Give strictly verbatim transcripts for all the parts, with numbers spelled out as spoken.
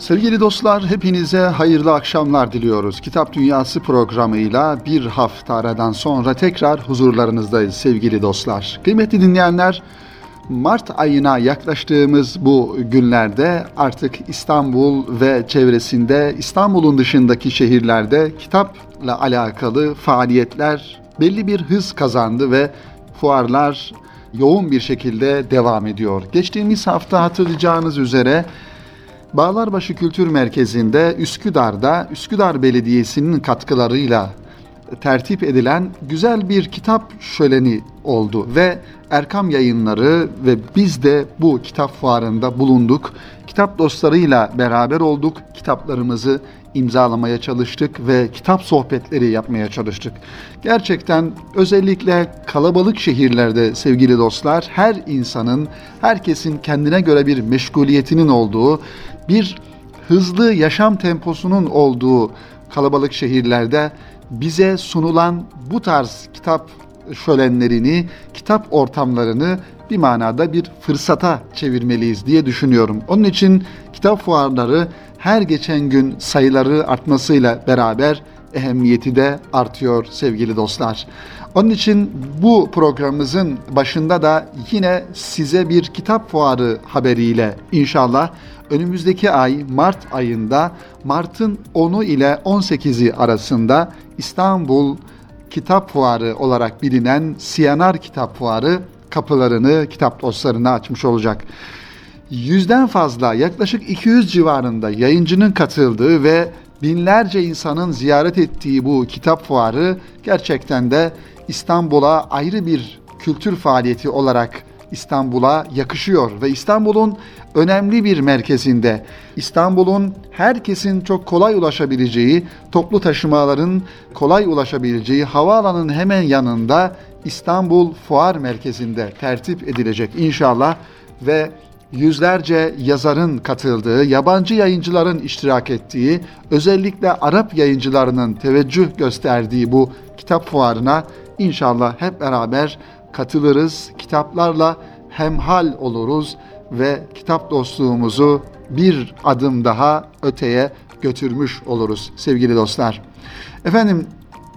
Sevgili dostlar, hepinize hayırlı akşamlar diliyoruz. Kitap Dünyası programıyla bir hafta aradan sonra tekrar huzurlarınızdayız sevgili dostlar. Kıymetli dinleyenler, Mart ayına yaklaştığımız bu günlerde artık İstanbul ve çevresinde, İstanbul'un dışındaki şehirlerde kitapla alakalı faaliyetler belli bir hız kazandı ve fuarlar yoğun bir şekilde devam ediyor. Geçtiğimiz hafta hatırlayacağınız üzere Bağlarbaşı Kültür Merkezi'nde Üsküdar'da Üsküdar Belediyesi'nin katkılarıyla tertip edilen güzel bir kitap şöleni oldu ve Erkam Yayınları ve biz de bu kitap fuarında bulunduk. Kitap dostlarıyla beraber olduk. Kitaplarımızı imzalamaya çalıştık ve kitap sohbetleri yapmaya çalıştık. Gerçekten özellikle kalabalık şehirlerde sevgili dostlar, her insanın, herkesin kendine göre bir meşguliyetinin olduğu, bir hızlı yaşam temposunun olduğu kalabalık şehirlerde bize sunulan bu tarz kitap şölenlerini, kitap ortamlarını bir manada bir fırsata çevirmeliyiz diye düşünüyorum. Onun için kitap fuarları her geçen gün sayıları artmasıyla beraber ehemmiyeti de artıyor sevgili dostlar. Onun için bu programımızın başında da yine size bir kitap fuarı haberiyle inşallah önümüzdeki ay Mart ayında, Mart'ın onu ile on sekizi arasında İstanbul Kitap Fuarı olarak bilinen Siyanar Kitap Fuarı kapılarını kitap dostlarına açmış olacak. Yüzden fazla, yaklaşık iki yüz civarında yayıncının katıldığı ve binlerce insanın ziyaret ettiği bu kitap fuarı gerçekten de İstanbul'a ayrı bir kültür faaliyeti olarak İstanbul'a yakışıyor ve İstanbul'un önemli bir merkezinde, İstanbul'un herkesin çok kolay ulaşabileceği, toplu taşımaların kolay ulaşabileceği havaalanının hemen yanında İstanbul Fuar Merkezi'nde tertip edilecek inşallah ve yüzlerce yazarın katıldığı, yabancı yayıncıların iştirak ettiği, özellikle Arap yayıncılarının teveccüh gösterdiği bu kitap fuarına inşallah hep beraber katılırız, kitaplarla hemhal oluruz ve kitap dostluğumuzu bir adım daha öteye götürmüş oluruz sevgili dostlar. Efendim,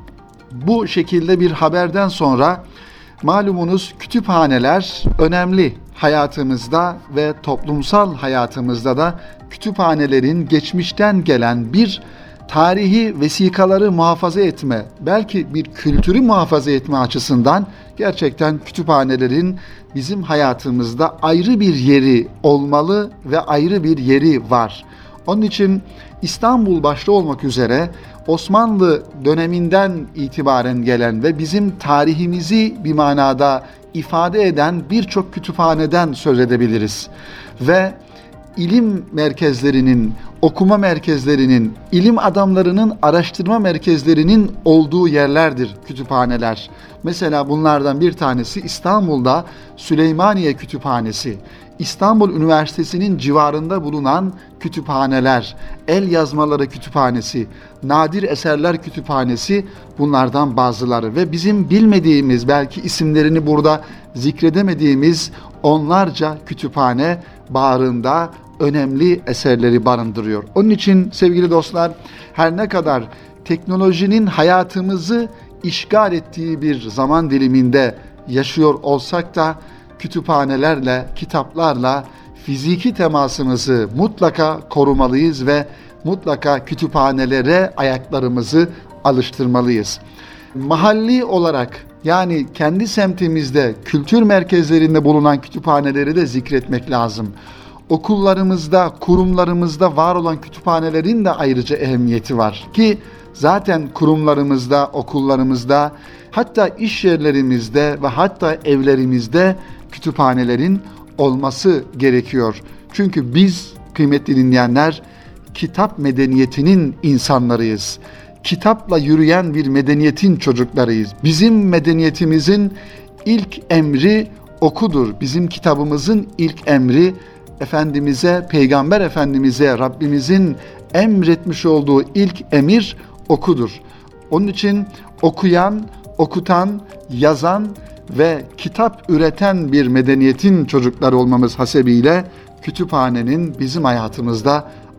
bu şekilde bir haberden sonra malumunuz kütüphaneler önemli hayatımızda ve toplumsal hayatımızda da kütüphanelerin geçmişten gelen bir tarihi vesikaları muhafaza etme, belki bir kültürü muhafaza etme açısından gerçekten kütüphanelerin bizim hayatımızda ayrı bir yeri olmalı ve ayrı bir yeri var. Onun için İstanbul başta olmak üzere Osmanlı döneminden itibaren gelen ve bizim tarihimizi bir manada ifade eden birçok kütüphaneden söz edebiliriz. Ve ilim merkezlerinin, okuma merkezlerinin, ilim adamlarının araştırma merkezlerinin olduğu yerlerdir kütüphaneler. Mesela bunlardan bir tanesi İstanbul'da Süleymaniye Kütüphanesi, İstanbul Üniversitesi'nin civarında bulunan kütüphaneler, El Yazmaları Kütüphanesi, Nadir Eserler Kütüphanesi bunlardan bazıları ve bizim bilmediğimiz, belki isimlerini burada zikredemediğimiz onlarca kütüphane bağrında önemli eserleri barındırıyor. Onun için sevgili dostlar, her ne kadar teknolojinin hayatımızı işgal ettiği bir zaman diliminde yaşıyor olsak da kütüphanelerle, kitaplarla fiziki temasımızı mutlaka korumalıyız ve mutlaka kütüphanelere ayaklarımızı alıştırmalıyız. Mahalli olarak, yani kendi semtimizde, kültür merkezlerinde bulunan kütüphaneleri de zikretmek lazım. Okullarımızda, kurumlarımızda var olan kütüphanelerin de ayrıca ehemmiyeti var ki zaten kurumlarımızda, okullarımızda, hatta iş yerlerimizde ve hatta evlerimizde kütüphanelerin olması gerekiyor. Çünkü biz kıymetli dinleyenler kitap medeniyetinin insanlarıyız. Kitapla yürüyen bir medeniyetin çocuklarıyız. Bizim medeniyetimizin ilk emri okudur. Bizim kitabımızın ilk emri Efendimiz'e, Peygamber Efendimiz'e, Rabbimizin emretmiş olduğu ilk emir okudur. Onun için okuyan, okutan, yazan ve kitap üreten bir medeniyetin çocukları olmamız hasebiyle kütüphanenin bizim hayatımızda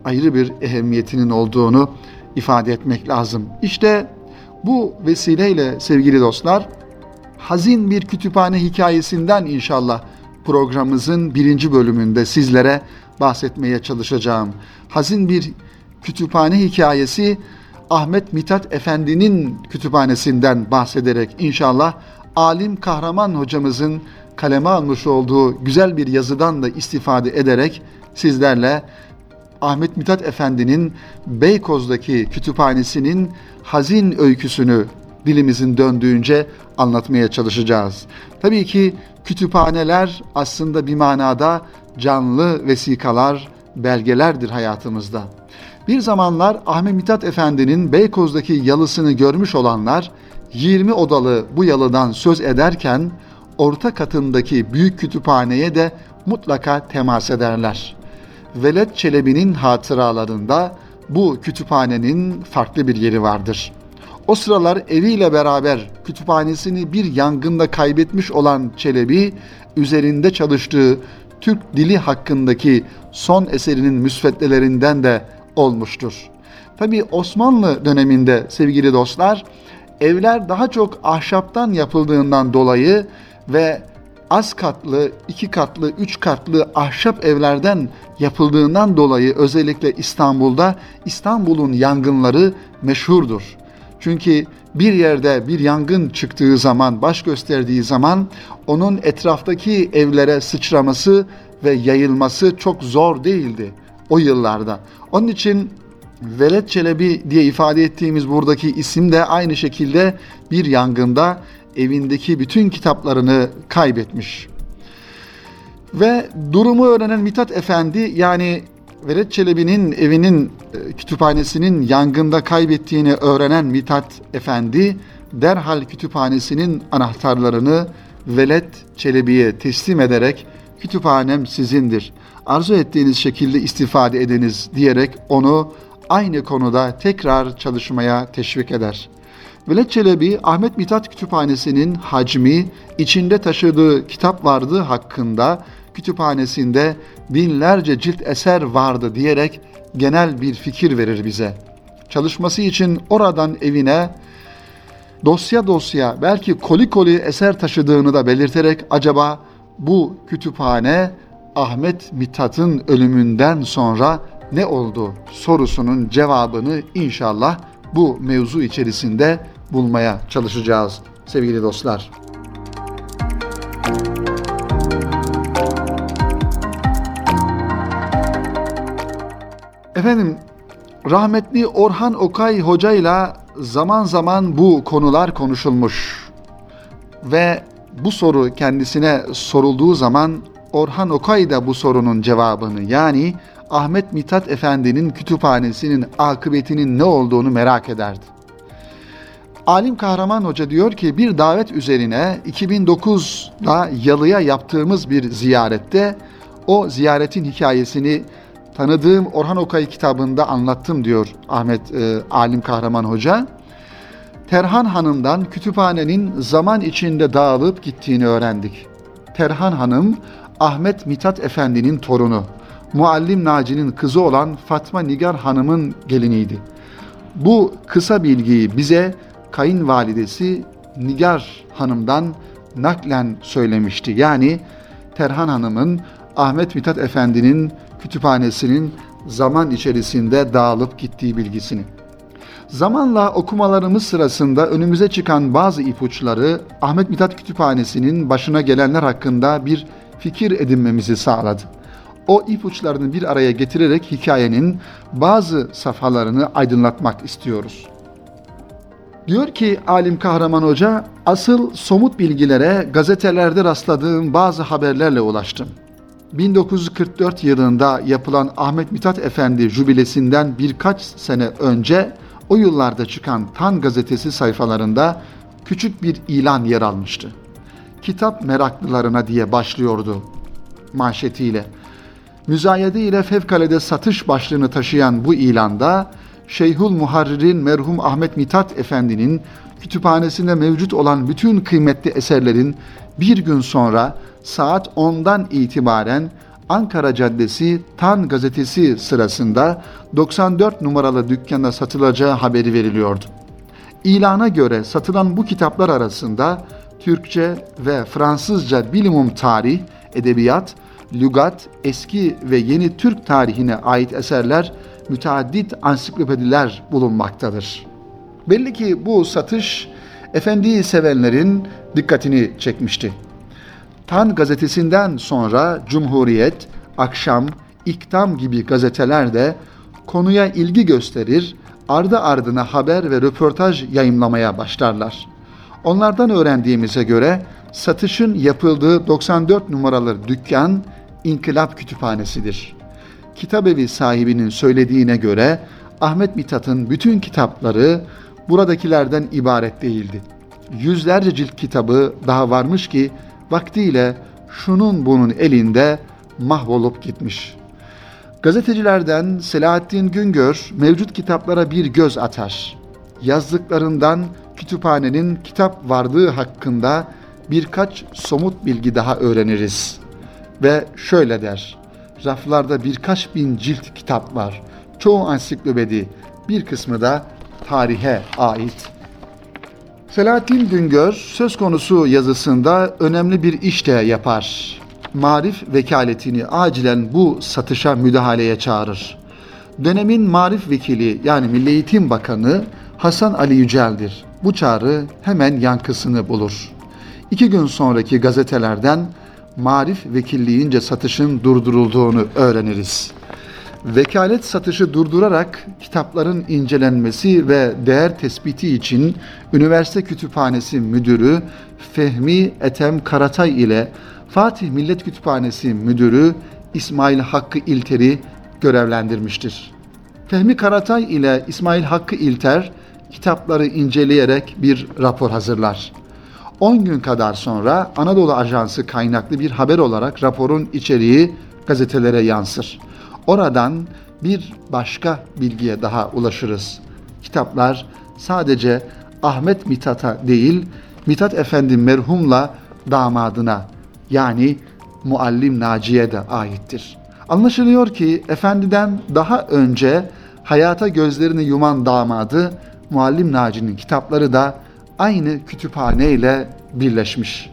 ayrı bir ehemmiyetinin olduğunu ifade etmek lazım. İşte bu vesileyle sevgili dostlar, hazin bir kütüphane hikayesinden inşallah programımızın birinci bölümünde sizlere bahsetmeye çalışacağım. Hazin bir kütüphane hikayesi, Ahmet Mithat Efendi'nin kütüphanesinden bahsederek inşallah Alim Kahraman hocamızın kaleme almış olduğu güzel bir yazıdan da istifade ederek sizlerle Ahmet Mithat Efendi'nin Beykoz'daki kütüphanesinin hazin öyküsünü dilimizin döndüğünce anlatmaya çalışacağız. Tabii ki kütüphaneler aslında bir manada canlı vesikalar, belgelerdir hayatımızda. Bir zamanlar Ahmet Mithat Efendi'nin Beykoz'daki yalısını görmüş olanlar yirmi odalı bu yalıdan söz ederken orta katındaki büyük kütüphaneye de mutlaka temas ederler. Veled Çelebi'nin hatıralarında bu kütüphanenin farklı bir yeri vardır. O sıralar eviyle beraber kütüphanesini bir yangında kaybetmiş olan Çelebi, üzerinde çalıştığı Türk dili hakkındaki son eserinin müsveddelerinden de olmuştur. Tabii Osmanlı döneminde sevgili dostlar, evler daha çok ahşaptan yapıldığından dolayı ve az katlı, iki katlı, üç katlı ahşap evlerden yapıldığından dolayı özellikle İstanbul'da İstanbul'un yangınları meşhurdur. Çünkü bir yerde bir yangın çıktığı zaman, baş gösterdiği zaman onun etraftaki evlere sıçraması ve yayılması çok zor değildi o yıllarda. Onun için Veled Çelebi diye ifade ettiğimiz buradaki isim de aynı şekilde bir yangında evindeki bütün kitaplarını kaybetmiş. Ve durumu öğrenen Mithat Efendi, yani Veled Çelebi'nin evinin kütüphanesinin yangında kaybettiğini öğrenen Mithat Efendi derhal kütüphanesinin anahtarlarını Veled Çelebi'ye teslim ederek kütüphanem sizindir, arzu ettiğiniz şekilde istifade ediniz diyerek onu aynı konuda tekrar çalışmaya teşvik eder. Veled Çelebi, Ahmet Mithat Kütüphanesi'nin hacmi, içinde taşıdığı kitap varlığı hakkında kütüphanesinde binlerce cilt eser vardı diyerek genel bir fikir verir bize. Çalışması için oradan evine dosya dosya, belki koli koli eser taşıdığını da belirterek acaba bu kütüphane Ahmet Mithat'ın ölümünden sonra ne oldu sorusunun cevabını inşallah bu mevzu içerisinde bulmaya çalışacağız sevgili dostlar. Efendim, rahmetli Orhan Okay hocayla zaman zaman bu konular konuşulmuş ve bu soru kendisine sorulduğu zaman Orhan Okay da bu sorunun cevabını, yani Ahmet Mithat Efendi'nin kütüphanesinin akıbetinin ne olduğunu merak ederdi. Alim Kahraman Hoca diyor ki, bir davet üzerine iki bin dokuzda Yalı'ya yaptığımız bir ziyarette o ziyaretin hikayesini tanıdığım Orhan Okay kitabında anlattım diyor Ahmet e, Alim Kahraman Hoca. Terhan Hanım'dan kütüphanenin zaman içinde dağılıp gittiğini öğrendik. Terhan Hanım, Ahmet Mithat Efendi'nin torunu, Muallim Naci'nin kızı olan Fatma Nigar Hanım'ın geliniydi. Bu kısa bilgiyi bize kayınvalidesi Nigar Hanım'dan naklen söylemişti. Yani Terhan Hanım'ın Ahmet Mithat Efendi'nin kütüphanesinin zaman içerisinde dağılıp gittiği bilgisini. Zamanla okumalarımız sırasında önümüze çıkan bazı ipuçları Ahmet Mithat Kütüphanesi'nin başına gelenler hakkında bir fikir edinmemizi sağladı. O ipuçlarını bir araya getirerek hikayenin bazı safhalarını aydınlatmak istiyoruz. Diyor ki Alim Kahraman Hoca, asıl somut bilgilere gazetelerde rastladığım bazı haberlerle ulaştım. bin dokuz yüz kırk dört yılında yapılan Ahmet Mithat Efendi jübilesinden birkaç sene önce o yıllarda çıkan Tan gazetesi sayfalarında küçük bir ilan yer almıştı. Kitap meraklılarına diye başlıyordu manşetiyle. Müzayede ile fevkalade satış başlığını taşıyan bu ilanda Şeyhül Muharrir'in merhum Ahmet Mithat Efendi'nin kütüphanesinde mevcut olan bütün kıymetli eserlerin bir gün sonra saat ondan itibaren Ankara Caddesi Tan gazetesi sırasında doksan dört numaralı dükkanda satılacağı haberi veriliyordu. İlana göre satılan bu kitaplar arasında Türkçe ve Fransızca bilimum tarih, edebiyat, lügat, eski ve yeni Türk tarihine ait eserler, müteaddit ansiklopediler bulunmaktadır. Belli ki bu satış efendiyi sevenlerin dikkatini çekmişti. Tan gazetesinden sonra Cumhuriyet, Akşam, İktam gibi gazeteler de konuya ilgi gösterir, ardı ardına haber ve röportaj yayımlamaya başlarlar. Onlardan öğrendiğimize göre satışın yapıldığı doksan dört numaralı dükkan İnkılap Kütüphanesi'dir. Kitabevi sahibinin söylediğine göre Ahmet Mithat'ın bütün kitapları buradakilerden ibaret değildi. Yüzlerce cilt kitabı daha varmış ki vaktiyle şunun bunun elinde mahvolup gitmiş. Gazetecilerden Selahattin Güngör mevcut kitaplara bir göz atar. Yazdıklarından kütüphanenin kitap varlığı hakkında birkaç somut bilgi daha öğreniriz. Ve şöyle der: raflarda birkaç bin cilt kitap var. Çoğu ansiklopedi, bir kısmı da tarihe ait. Selahattin Güngör söz konusu yazısında önemli bir iş de yapar. Marif vekaletini acilen bu satışa müdahaleye çağırır. Dönemin Marif Vekili yani Milli Eğitim Bakanı Hasan Ali Yücel'dir. Bu çağrı hemen yankısını bulur. İki gün sonraki gazetelerden Marif Vekilliğince satışın durdurulduğunu öğreniriz. Vekalet satışı durdurarak kitapların incelenmesi ve değer tespiti için Üniversite Kütüphanesi Müdürü Fehmi Ethem Karatay ile Fatih Millet Kütüphanesi Müdürü İsmail Hakkı İlter'i görevlendirmiştir. Fehmi Karatay ile İsmail Hakkı İlter kitapları inceleyerek bir rapor hazırlar. on gün kadar sonra Anadolu Ajansı kaynaklı bir haber olarak raporun içeriği gazetelere yansır. Oradan bir başka bilgiye daha ulaşırız. Kitaplar sadece Ahmet Mithat'a değil, Mithat Efendi merhumla damadına yani Muallim Naci'ye de aittir. Anlaşılıyor ki efendiden daha önce hayata gözlerini yuman damadı Muallim Naci'nin kitapları da aynı kütüphane ile birleşmiş.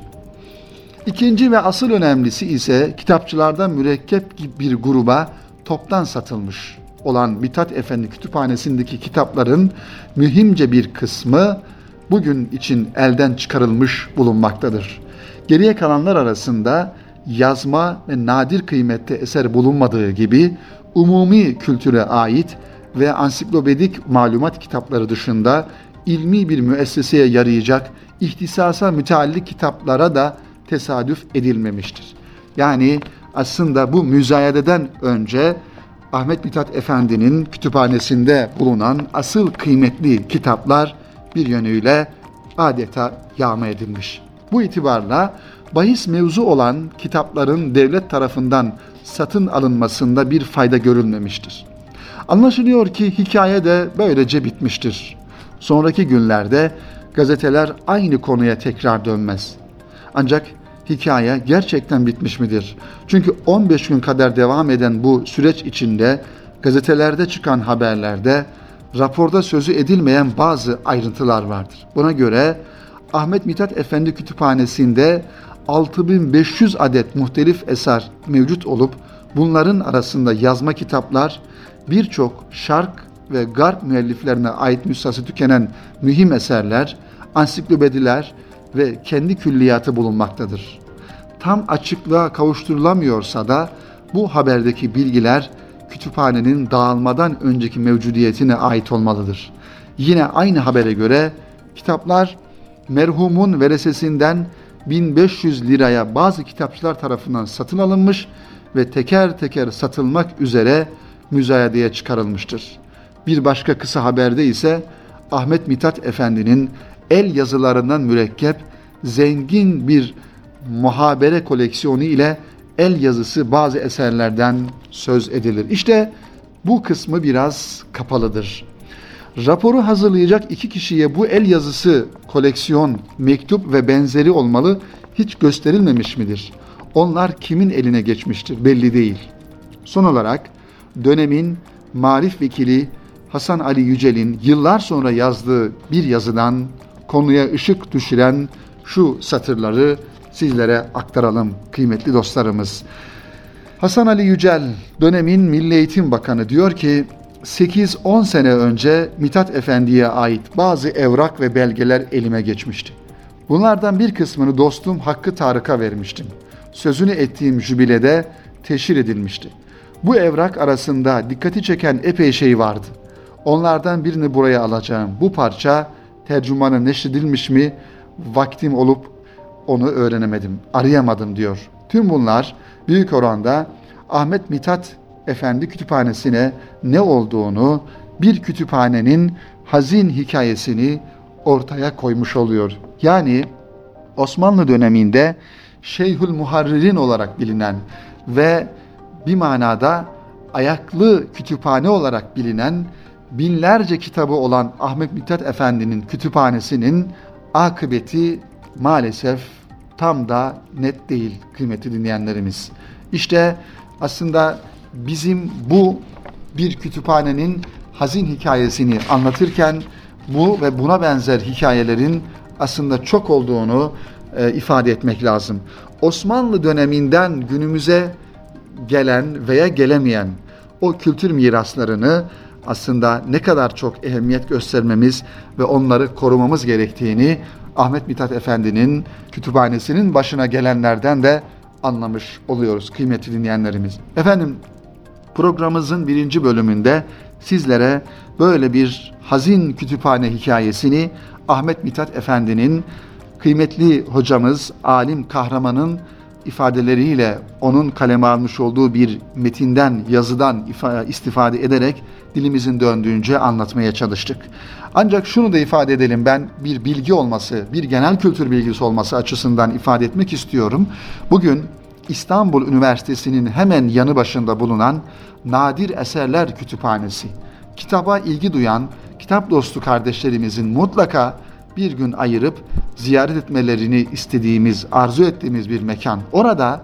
İkinci ve asıl önemlisi ise kitapçılarda mürekkep gibi bir gruba toptan satılmış olan Mithat Efendi Kütüphanesi'ndeki kitapların mühimce bir kısmı bugün için elden çıkarılmış bulunmaktadır. Geriye kalanlar arasında yazma ve nadir kıymette eser bulunmadığı gibi umumi kültüre ait ve ansiklopedik malumat kitapları dışında ilmi bir müesseseye yarayacak ihtisasa müteallik kitaplara da tesadüf edilmemiştir. Yani aslında bu müzayededen önce Ahmet Mithat Efendi'nin kütüphanesinde bulunan asıl kıymetli kitaplar bir yönüyle adeta yağma edilmiş. Bu itibarla bahis mevzu olan kitapların devlet tarafından satın alınmasında bir fayda görülmemiştir. Anlaşılıyor ki hikaye de böylece bitmiştir. Sonraki günlerde gazeteler aynı konuya tekrar dönmez. Ancak hikaye gerçekten bitmiş midir? Çünkü on beş gün kadar devam eden bu süreç içinde gazetelerde çıkan haberlerde raporda sözü edilmeyen bazı ayrıntılar vardır. Buna göre Ahmet Mithat Efendi Kütüphanesi'nde altı bin beş yüz adet muhtelif eser mevcut olup bunların arasında yazma kitaplar, birçok şark ve garp müelliflerine ait nüshası tükenen mühim eserler, ansiklopediler ve kendi külliyatı bulunmaktadır. Tam açıklığa kavuşturulamıyorsa da bu haberdeki bilgiler kütüphanenin dağılmadan önceki mevcudiyetine ait olmalıdır. Yine aynı habere göre kitaplar merhumun veresesinden bin beş yüz liraya bazı kitapçılar tarafından satın alınmış ve teker teker satılmak üzere müzayedeye çıkarılmıştır. Bir başka kısa haberde ise Ahmet Mithat Efendi'nin el yazılarından mürekkep zengin bir muhabere koleksiyonu ile el yazısı bazı eserlerden söz edilir. İşte bu kısmı biraz kapalıdır. Raporu hazırlayacak iki kişiye bu el yazısı koleksiyon, mektup ve benzeri olmalı hiç gösterilmemiş midir? Onlar kimin eline geçmiştir belli değil. Son olarak dönemin marif vekili Hasan Ali Yücel'in yıllar sonra yazdığı bir yazıdan konuya ışık düşüren şu satırları sizlere aktaralım kıymetli dostlarımız. Hasan Ali Yücel, dönemin Milli Eğitim Bakanı, diyor ki, sekiz on sene önce Mithat Efendi'ye ait bazı evrak ve belgeler elime geçmişti. Bunlardan bir kısmını dostum Hakkı Tarık'a vermiştim. Sözünü ettiğim jübilede teşhir edilmişti. Bu evrak arasında dikkati çeken epey şey vardı. Onlardan birini buraya alacağım. Bu parça tercümanı neşredilmiş mi, vaktim olup onu öğrenemedim, arayamadım diyor. Tüm bunlar büyük oranda Ahmet Mithat Efendi Kütüphanesi'ne ne olduğunu, bir kütüphanenin hazin hikayesini ortaya koymuş oluyor. Yani Osmanlı döneminde Şeyhül Muharririn olarak bilinen ve bir manada ayaklı kütüphane olarak bilinen, binlerce kitabı olan Ahmet Mithat Efendi'nin kütüphanesinin akıbeti maalesef tam da net değil kıymetli dinleyenlerimiz. İşte aslında bizim bu bir kütüphanenin hazin hikayesini anlatırken bu ve buna benzer hikayelerin aslında çok olduğunu e, ifade etmek lazım. Osmanlı döneminden günümüze gelen veya gelemeyen o kültür miraslarını aslında ne kadar çok ehemmiyet göstermemiz ve onları korumamız gerektiğini Ahmet Mithat Efendi'nin kütüphanesinin başına gelenlerden de anlamış oluyoruz kıymetli dinleyenlerimiz. Efendim, programımızın birinci bölümünde sizlere böyle bir hazin kütüphane hikayesini Ahmet Mithat Efendi'nin kıymetli hocamız, alim kahramanın ifadeleriyle onun kaleme almış olduğu bir metinden, yazıdan istifade ederek dilimizin döndüğünce anlatmaya çalıştık. Ancak şunu da ifade edelim, ben bir bilgi olması, bir genel kültür bilgisi olması açısından ifade etmek istiyorum. Bugün İstanbul Üniversitesi'nin hemen yanı başında bulunan Nadir Eserler Kütüphanesi, kitaba ilgi duyan, kitap dostu kardeşlerimizin mutlaka bir gün ayırıp ziyaret etmelerini istediğimiz, arzu ettiğimiz bir mekan. Orada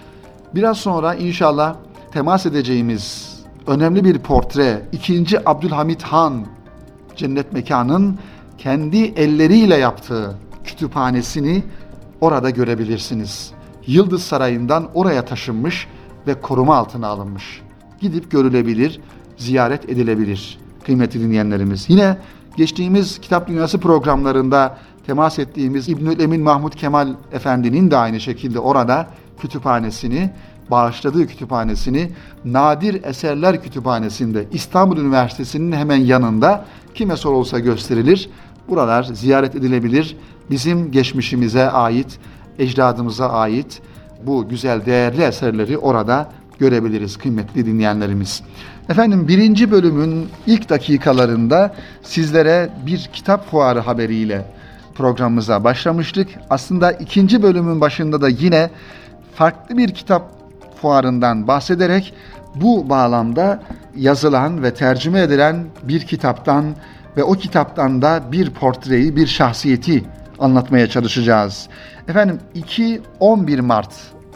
biraz sonra inşallah temas edeceğimiz önemli bir portre, ikinci. Abdülhamit Han Cennet Mekan'ın kendi elleriyle yaptığı kütüphanesini orada görebilirsiniz. Yıldız Sarayı'ndan oraya taşınmış ve koruma altına alınmış. Gidip görülebilir, ziyaret edilebilir kıymetli dinleyenlerimiz. Yine geçtiğimiz Kitap Dünyası programlarında temas ettiğimiz İbnül Emin Mahmud Kemal Efendi'nin de aynı şekilde orada kütüphanesini, bağışladığı kütüphanesini Nadir Eserler Kütüphanesi'nde İstanbul Üniversitesi'nin hemen yanında kime sorulsa gösterilir. Buralar ziyaret edilebilir. Bizim geçmişimize ait, ecdadımıza ait bu güzel, değerli eserleri orada görebiliriz kıymetli dinleyenlerimiz. Efendim, birinci bölümün ilk dakikalarında sizlere bir kitap fuarı haberiyle programımıza başlamıştık. Aslında ikinci bölümün başında da yine farklı bir kitap fuarından bahsederek bu bağlamda yazılan ve tercüme edilen bir kitaptan ve o kitaptan da bir portreyi, bir şahsiyeti anlatmaya çalışacağız. Efendim, iki on bir Mart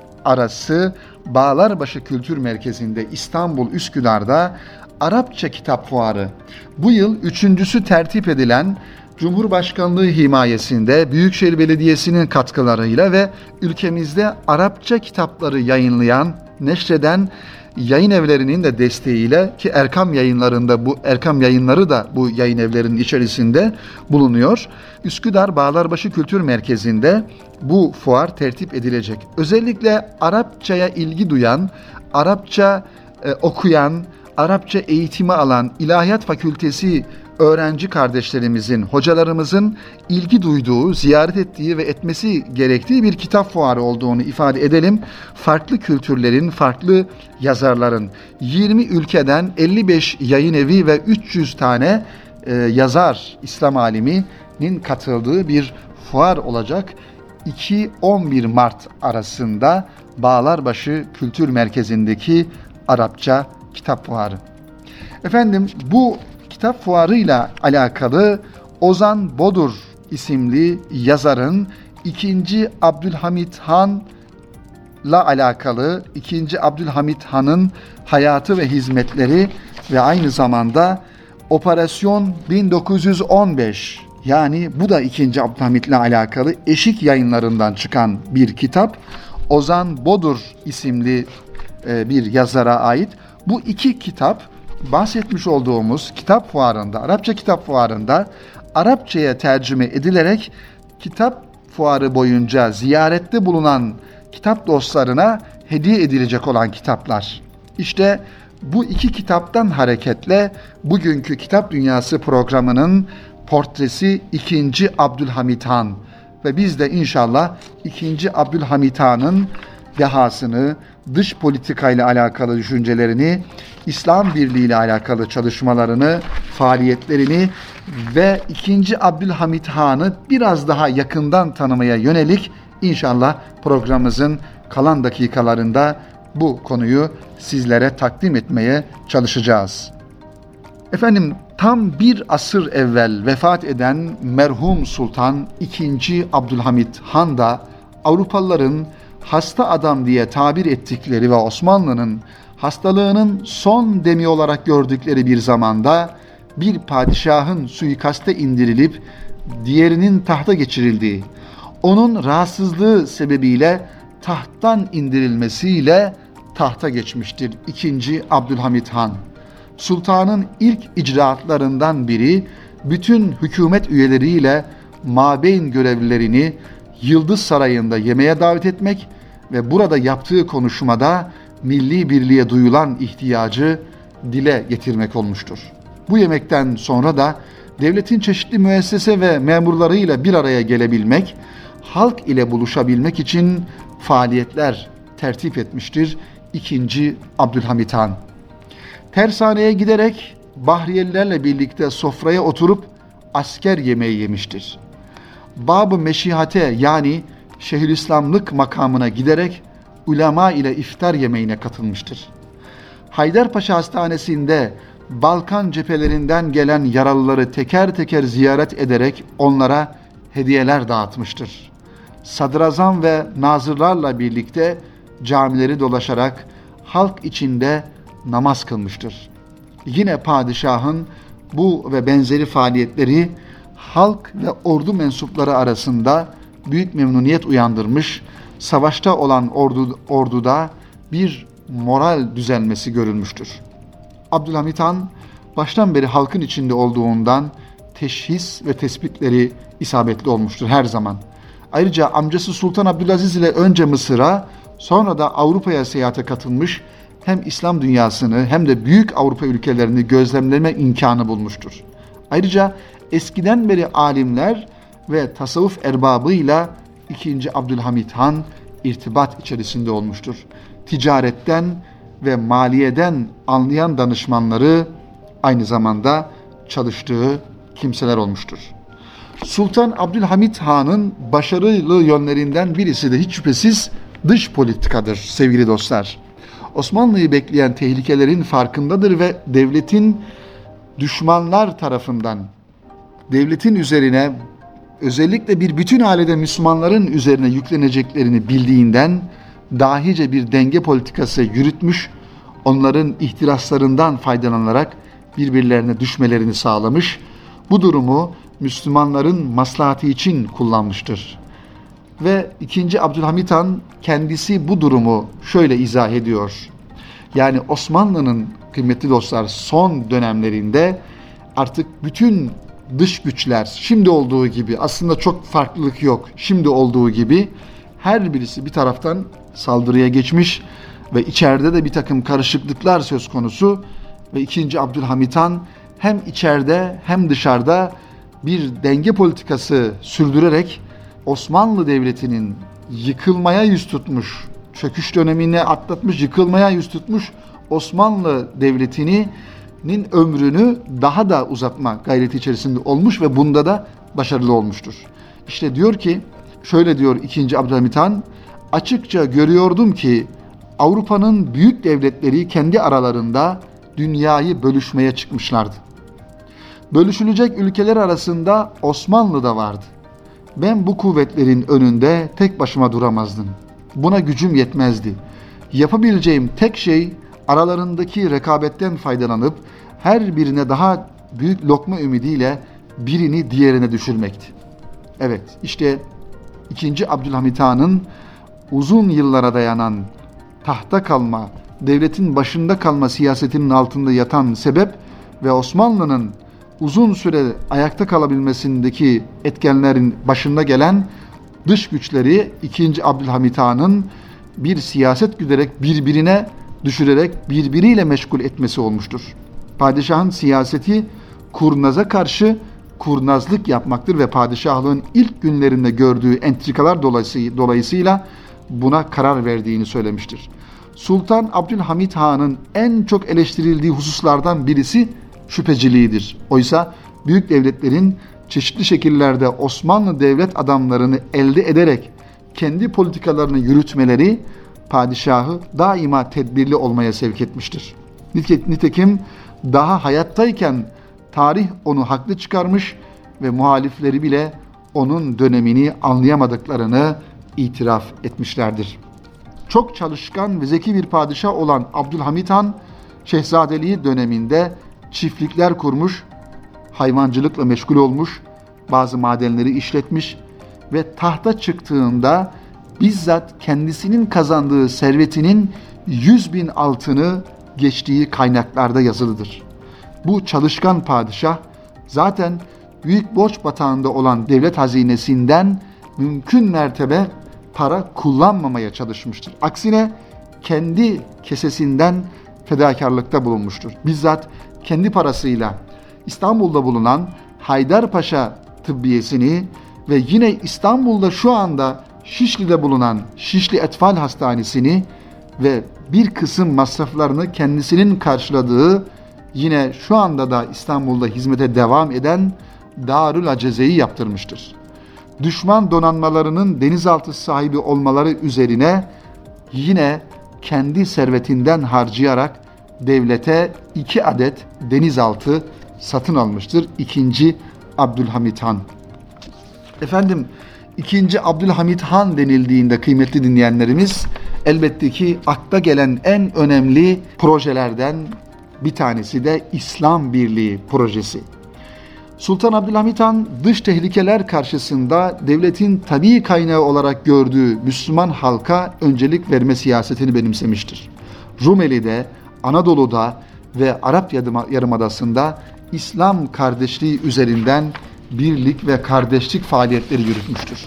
arası Bağlarbaşı Kültür Merkezi'nde İstanbul Üsküdar'da Arapça Kitap Fuarı. Bu yıl üçüncüsü tertip edilen Cumhurbaşkanlığı himayesinde Büyükşehir Belediyesi'nin katkılarıyla ve ülkemizde Arapça kitapları yayınlayan, neşreden yayın evlerinin de desteğiyle, ki Erkam Yayınları'nda bu Erkam Yayınları da bu yayın evlerinin içerisinde bulunuyor. Üsküdar Bağlarbaşı Kültür Merkezi'nde bu fuar tertip edilecek. Özellikle Arapçaya ilgi duyan, Arapça e, okuyan, Arapça eğitimi alan İlahiyat Fakültesi öğrenci kardeşlerimizin, hocalarımızın ilgi duyduğu, ziyaret ettiği ve etmesi gerektiği bir kitap fuarı olduğunu ifade edelim. Farklı kültürlerin, farklı yazarların, yirmi ülkeden elli beş yayın evi ve üç yüz tane e, yazar, İslam aliminin katıldığı bir fuar olacak. iki on bir Mart arasında Bağlarbaşı Kültür Merkezi'ndeki Arapça Kitap Fuarı. Efendim, bu kitap fuarıyla alakalı Ozan Bodur isimli yazarın ikinci. Abdülhamit Han la alakalı ikinci. Abdülhamit Han'ın hayatı ve hizmetleri ve aynı zamanda Operasyon bin dokuz yüz on beş, yani bu da ikinci. Abdülhamit'le alakalı Eşik Yayınlarından çıkan bir kitap. Ozan Bodur isimli e, bir yazara ait. Bu iki kitap bahsetmiş olduğumuz kitap fuarında, Arapça kitap fuarında Arapçaya tercüme edilerek kitap fuarı boyunca ziyarette bulunan kitap dostlarına hediye edilecek olan kitaplar. İşte bu iki kitaptan hareketle bugünkü Kitap Dünyası programının portresi ikinci. Abdülhamit Han ve biz de inşallah ikinci. Abdülhamit Han'ın dehasını, dış politikayla alakalı düşüncelerini, İslam Birliği ile alakalı çalışmalarını, faaliyetlerini ve ikinci. Abdülhamit Han'ı biraz daha yakından tanımaya yönelik inşallah programımızın kalan dakikalarında bu konuyu sizlere takdim etmeye çalışacağız. Efendim, tam bir asır evvel vefat eden merhum Sultan ikinci. Abdülhamit Han da Avrupalıların hasta adam diye tabir ettikleri ve Osmanlı'nın hastalığının son demi olarak gördükleri bir zamanda bir padişahın suikaste indirilip diğerinin tahta geçirildiği, onun rahatsızlığı sebebiyle tahttan indirilmesiyle tahta geçmiştir ikinci. Abdülhamit Han. Sultanın ilk icraatlarından biri bütün hükümet üyeleriyle mabeyn görevlilerini Yıldız Sarayı'nda yemeğe davet etmek ve burada yaptığı konuşmada milli birliğe duyulan ihtiyacı dile getirmek olmuştur. Bu yemekten sonra da devletin çeşitli müessese ve memurlarıyla bir araya gelebilmek, halk ile buluşabilmek için faaliyetler tertip etmiştir ikinci. Abdülhamit Han. Tersaneye giderek Bahriyelilerle birlikte sofraya oturup asker yemeği yemiştir. Bab-ı Meşihate, yani Şeyhülislamlık makamına giderek ulema ile iftar yemeğine katılmıştır. Haydarpaşa Hastanesi'nde Balkan cephelerinden gelen yaralıları teker teker ziyaret ederek onlara hediyeler dağıtmıştır. Sadrazam ve nazırlarla birlikte camileri dolaşarak halk içinde namaz kılmıştır. Yine padişahın bu ve benzeri faaliyetleri halk ve ordu mensupları arasında büyük memnuniyet uyandırmış, savaşta olan ordu, orduda bir moral düzelmesi görülmüştür. Abdülhamit Han baştan beri halkın içinde olduğundan teşhis ve tespitleri isabetli olmuştur her zaman. Ayrıca amcası Sultan Abdülaziz ile önce Mısır'a, sonra da Avrupa'ya seyahate katılmış, hem İslam dünyasını hem de büyük Avrupa ülkelerini gözlemleme imkanı bulmuştur. Ayrıca eskiden beri alimler ve tasavvuf erbabıyla ikinci. Abdülhamit Han irtibat içerisinde olmuştur. Ticaretten ve maliyeden anlayan danışmanları aynı zamanda çalıştığı kimseler olmuştur. Sultan Abdülhamit Han'ın başarılı yönlerinden birisi de hiç şüphesiz dış politikadır sevgili dostlar. Osmanlı'yı bekleyen tehlikelerin farkındadır ve devletin düşmanlar tarafından devletin üzerine, özellikle bir bütün ailede Müslümanların üzerine yükleneceklerini bildiğinden dahice bir denge politikası yürütmüş, onların ihtiraslarından faydalanarak birbirlerine düşmelerini sağlamış, bu durumu Müslümanların maslahatı için kullanmıştır. Ve ikinci. Abdülhamit Han kendisi bu durumu şöyle izah ediyor. Yani Osmanlı'nın kıymetli dostlar son dönemlerinde artık bütün dış güçler şimdi olduğu gibi, aslında çok farklılık yok, şimdi olduğu gibi her birisi bir taraftan saldırıya geçmiş ve içeride de bir takım karışıklıklar söz konusu ve ikinci. Abdülhamit Han hem içeride hem dışarıda bir denge politikası sürdürerek Osmanlı Devleti'nin yıkılmaya yüz tutmuş, çöküş dönemini atlatmış, yıkılmaya yüz tutmuş Osmanlı Devleti'nin ömrünü daha da uzatma gayreti içerisinde olmuş ve bunda da başarılı olmuştur. İşte diyor ki, şöyle diyor ikinci. Abdülhamit Han, açıkça görüyordum ki Avrupa'nın büyük devletleri kendi aralarında dünyayı bölüşmeye çıkmışlardı. Bölüşülecek ülkeler arasında Osmanlı da vardı. Ben bu kuvvetlerin önünde tek başıma duramazdım. buna gücüm yetmezdi. Yapabileceğim tek şey aralarındaki rekabetten faydalanıp her birine daha büyük lokma ümidiyle birini diğerine düşürmekti. Evet, işte ikinci. Abdülhamit Han'ın uzun yıllara dayanan tahta kalma, devletin başında kalma siyasetinin altında yatan sebep ve Osmanlı'nın uzun süre ayakta kalabilmesindeki etkenlerin başında gelen dış güçleri ikinci. Abdülhamit Han'ın bir siyaset güderek birbirine düşürerek birbiriyle meşgul etmesi olmuştur. Padişahın siyaseti kurnaza karşı kurnazlık yapmaktır ve padişahlığın ilk günlerinde gördüğü entrikalar dolayısıyla buna karar verdiğini söylemiştir. Sultan Abdülhamit Han'ın en çok eleştirildiği hususlardan birisi şüpheciliğidir. Oysa büyük devletlerin çeşitli şekillerde Osmanlı devlet adamlarını elde ederek kendi politikalarını yürütmeleri padişahı daima tedbirli olmaya sevk etmiştir. Nitekim daha hayattayken tarih onu haklı çıkarmış ve muhalifleri bile onun dönemini anlayamadıklarını itiraf etmişlerdir. Çok çalışkan ve zeki bir padişah olan Abdülhamit Han, şehzadeliği döneminde çiftlikler kurmuş, hayvancılıkla meşgul olmuş, bazı madenleri işletmiş ve tahta çıktığında bizzat kendisinin kazandığı servetinin yüz bin altını geçtiği kaynaklarda yazılıdır. Bu çalışkan padişah zaten büyük borç batağında olan devlet hazinesinden mümkün mertebe para kullanmamaya çalışmıştır. Aksine kendi kesesinden fedakarlıkta bulunmuştur. Bizzat kendi parasıyla İstanbul'da bulunan Haydarpaşa Tıbbiyesini ve yine İstanbul'da şu anda Şişli'de bulunan Şişli Etfal Hastanesi'ni ve bir kısım masraflarını kendisinin karşıladığı yine şu anda da İstanbul'da hizmete devam eden Darül Aceze'yi yaptırmıştır. Düşman donanmalarının denizaltı sahibi olmaları üzerine yine kendi servetinden harcayarak devlete iki adet denizaltı satın almıştır ikinci. Abdülhamit Han. Efendim, ikinci. Abdülhamit Han denildiğinde kıymetli dinleyenlerimiz elbette ki akla gelen en önemli projelerden bir tanesi de İslam Birliği projesi. Sultan Abdülhamit Han dış tehlikeler karşısında devletin tabii kaynağı olarak gördüğü Müslüman halka öncelik verme siyasetini benimsemiştir. Rumeli'de, Anadolu'da ve Arap Yarımadası'nda İslam kardeşliği üzerinden birlik ve kardeşlik faaliyetleri yürütmüştür.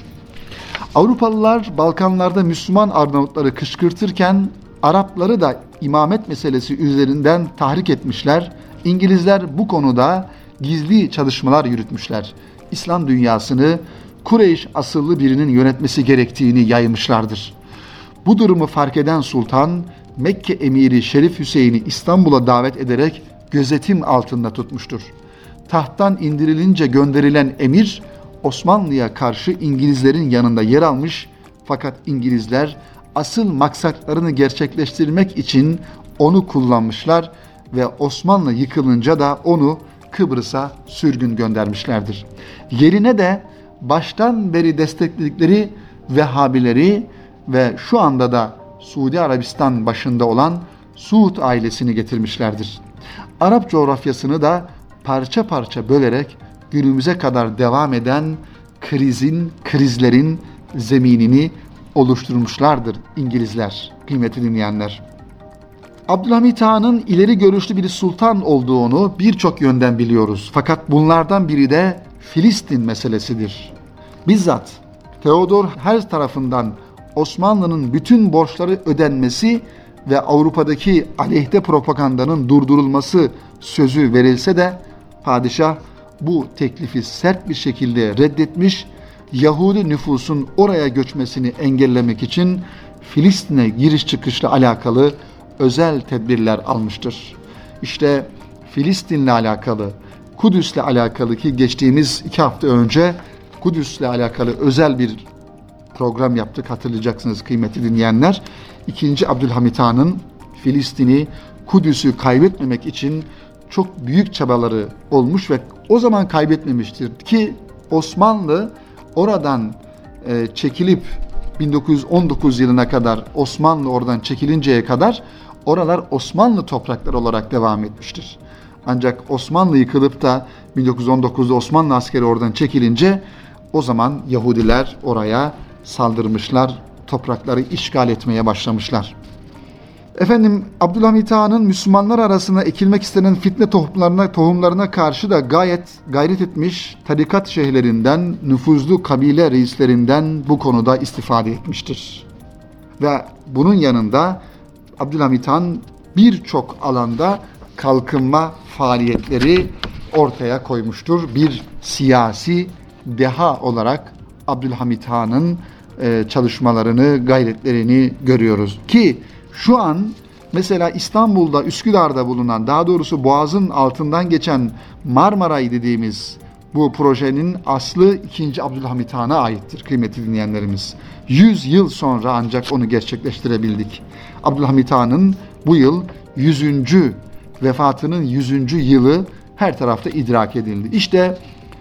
Avrupalılar Balkanlarda Müslüman Arnavutları kışkırtırken Arapları da imamet meselesi üzerinden tahrik etmişler. İngilizler bu konuda gizli çalışmalar yürütmüşler. İslam dünyasını Kureyş asıllı birinin yönetmesi gerektiğini yaymışlardır. Bu durumu fark eden sultan Mekke emiri Şerif Hüseyin'i İstanbul'a davet ederek gözetim altında tutmuştur. Tahttan indirilince gönderilen emir Osmanlı'ya karşı İngilizlerin yanında yer almış, fakat İngilizler asıl maksatlarını gerçekleştirmek için onu kullanmışlar ve Osmanlı yıkılınca da onu Kıbrıs'a sürgün göndermişlerdir. Yerine de baştan beri destekledikleri Vehhabileri ve şu anda da Suudi Arabistan başında olan Suud ailesini getirmişlerdir. Arap coğrafyasını da parça parça bölerek günümüze kadar devam eden krizin, krizlerin zeminini oluşturmuşlardır İngilizler, kıymetli dinleyenler. Abdülhamit Han'ın ileri görüşlü bir sultan olduğunu birçok yönden biliyoruz. Fakat bunlardan biri de Filistin meselesidir. Bizzat Theodor Herzl tarafından Osmanlı'nın bütün borçları ödenmesi ve Avrupa'daki aleyhte propagandanın durdurulması sözü verilse de padişah bu teklifi sert bir şekilde reddetmiş, Yahudi nüfusun oraya göçmesini engellemek için Filistin'e giriş çıkışla alakalı özel tedbirler almıştır. İşte Filistin'le alakalı, Kudüs'le alakalı ki geçtiğimiz iki hafta önce Kudüs'le alakalı özel bir program yaptık, hatırlayacaksınız kıymetli dinleyenler. ikinci. Abdülhamit Han'ın Filistin'i, Kudüs'ü kaybetmemek için çok büyük çabaları olmuş ve o zaman kaybetmemiştir ki Osmanlı oradan e, çekilip bin dokuz yüz on dokuz yılına kadar Osmanlı oradan çekilinceye kadar oralar Osmanlı toprakları olarak devam etmiştir. Ancak Osmanlı yıkılıp da bin dokuz yüz on dokuzda Osmanlı askeri oradan çekilince o zaman Yahudiler oraya saldırmışlar, toprakları işgal etmeye başlamışlar. Efendim Abdülhamit Han'ın Müslümanlar arasında ekilmek istenen fitne tohumlarına, tohumlarına karşı da gayet gayret etmiş, tarikat şeyhlerinden, nüfuzlu kabile reislerinden bu konuda istifade etmiştir. Ve bunun yanında Abdülhamit Han birçok alanda kalkınma faaliyetleri ortaya koymuştur. Bir siyasi deha olarak Abdülhamit Han'ın e, çalışmalarını, gayretlerini görüyoruz. Ki şu an mesela İstanbul'da, Üsküdar'da bulunan, daha doğrusu Boğaz'ın altından geçen Marmaray dediğimiz bu projenin aslı ikinci. Abdülhamit Han'a aittir kıymetli dinleyenlerimiz. yüz yıl sonra ancak onu gerçekleştirebildik. Abdülhamit Han'ın bu yıl yüzüncü vefatının yüzüncü yılı her tarafta idrak edildi. İşte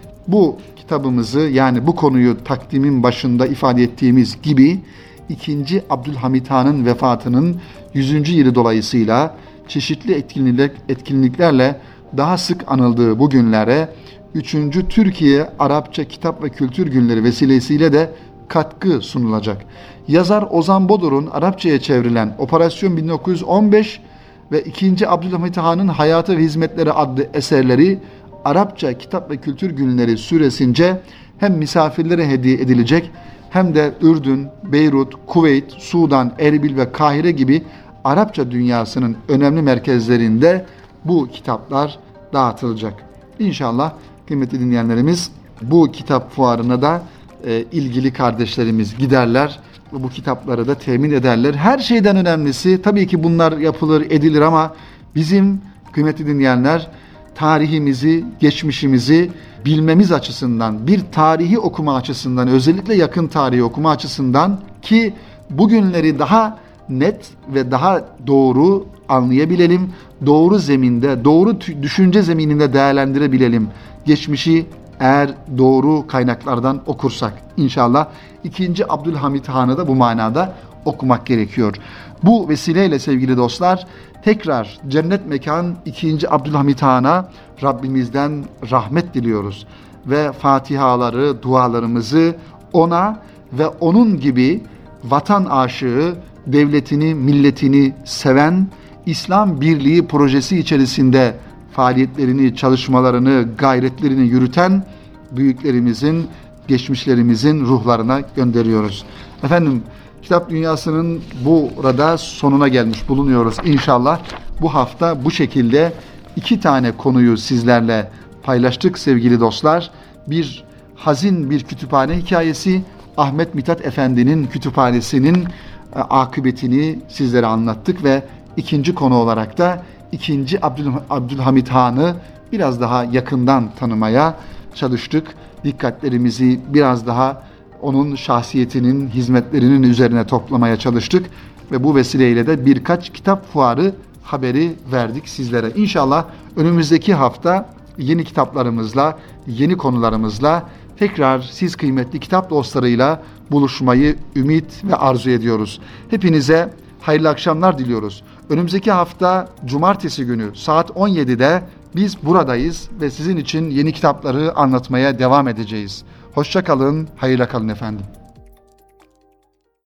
bu kitabımızı, yani bu konuyu takdimin başında ifade ettiğimiz gibi ikinci. Abdülhamit Han'ın vefatının yüzüncü yılı dolayısıyla çeşitli etkinlik, etkinliklerle daha sık anıldığı bu günlere üçüncü. Türkiye Arapça Kitap ve Kültür Günleri vesilesiyle de katkı sunulacak. Yazar Ozan Bodur'un Arapçaya çevrilen Operasyon bin dokuz yüz on beş ve ikinci. Abdülhamit Han'ın Hayatı ve Hizmetleri adlı eserleri Arapça Kitap ve Kültür Günleri süresince hem misafirlere hediye edilecek hem de Ürdün, Beyrut, Kuveyt, Sudan, Erbil ve Kahire gibi Arapça dünyasının önemli merkezlerinde bu kitaplar dağıtılacak. İnşallah kıymetli dinleyenlerimiz bu kitap fuarına da e, ilgili kardeşlerimiz giderler ve bu kitapları da temin ederler. Her şeyden önemlisi tabii ki bunlar yapılır, edilir ama bizim kıymetli dinleyenler tarihimizi, geçmişimizi bilmemiz açısından, bir tarihi okuma açısından, özellikle yakın tarihi okuma açısından ki bugünleri daha net ve daha doğru anlayabilelim, doğru zeminde, doğru düşünce zemininde değerlendirebilelim. Geçmişi eğer doğru kaynaklardan okursak inşallah ikinci. Abdülhamit Han'ı da bu manada okumak gerekiyor. Bu vesileyle sevgili dostlar tekrar cennet mekan ikinci. Abdülhamit Han'a Rabbimizden rahmet diliyoruz ve fatihaları, dualarımızı ona ve onun gibi vatan aşığı, devletini, milletini seven, İslam Birliği projesi içerisinde faaliyetlerini, çalışmalarını, gayretlerini yürüten büyüklerimizin, geçmişlerimizin ruhlarına gönderiyoruz. Efendim, Kitap Dünyası'nın burada sonuna gelmiş bulunuyoruz. İnşallah bu hafta bu şekilde iki tane konuyu sizlerle paylaştık sevgili dostlar. Bir hazin bir kütüphane hikayesi, Ahmet Mithat Efendi'nin kütüphanesinin akıbetini sizlere anlattık ve ikinci konu olarak da ikinci. Abdülhamit Han'ı biraz daha yakından tanımaya çalıştık. Dikkatlerimizi biraz daha onun şahsiyetinin, hizmetlerinin üzerine toplamaya çalıştık ve bu vesileyle de birkaç kitap fuarı haberi verdik sizlere. İnşallah önümüzdeki hafta yeni kitaplarımızla, yeni konularımızla tekrar siz kıymetli kitap dostlarıyla buluşmayı ümit ve arzu ediyoruz. Hepinize hayırlı akşamlar diliyoruz. Önümüzdeki hafta cumartesi günü saat on yedide biz buradayız ve sizin için yeni kitapları anlatmaya devam edeceğiz. Hoşça kalın, hayırla kalın efendim.